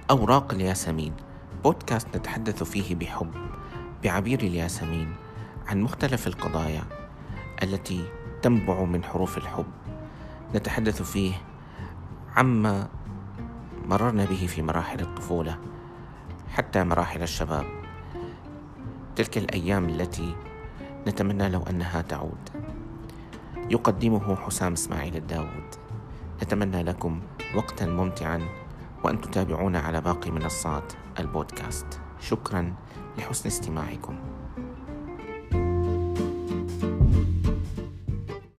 أوراق الياسمين، بودكاست نتحدث فيه بحب بعبير الياسمين عن مختلف القضايا التي تنبع من حروف الحب. نتحدث فيه عما مررنا به في مراحل الطفولة حتى مراحل الشباب، تلك الأيام التي نتمنى لو أنها تعود. يقدمه حسام إسماعيل الداود. نتمنى لكم وقتا ممتعا وأن تتابعونا على باقي منصات البودكاست. شكرا لحسن استماعكم.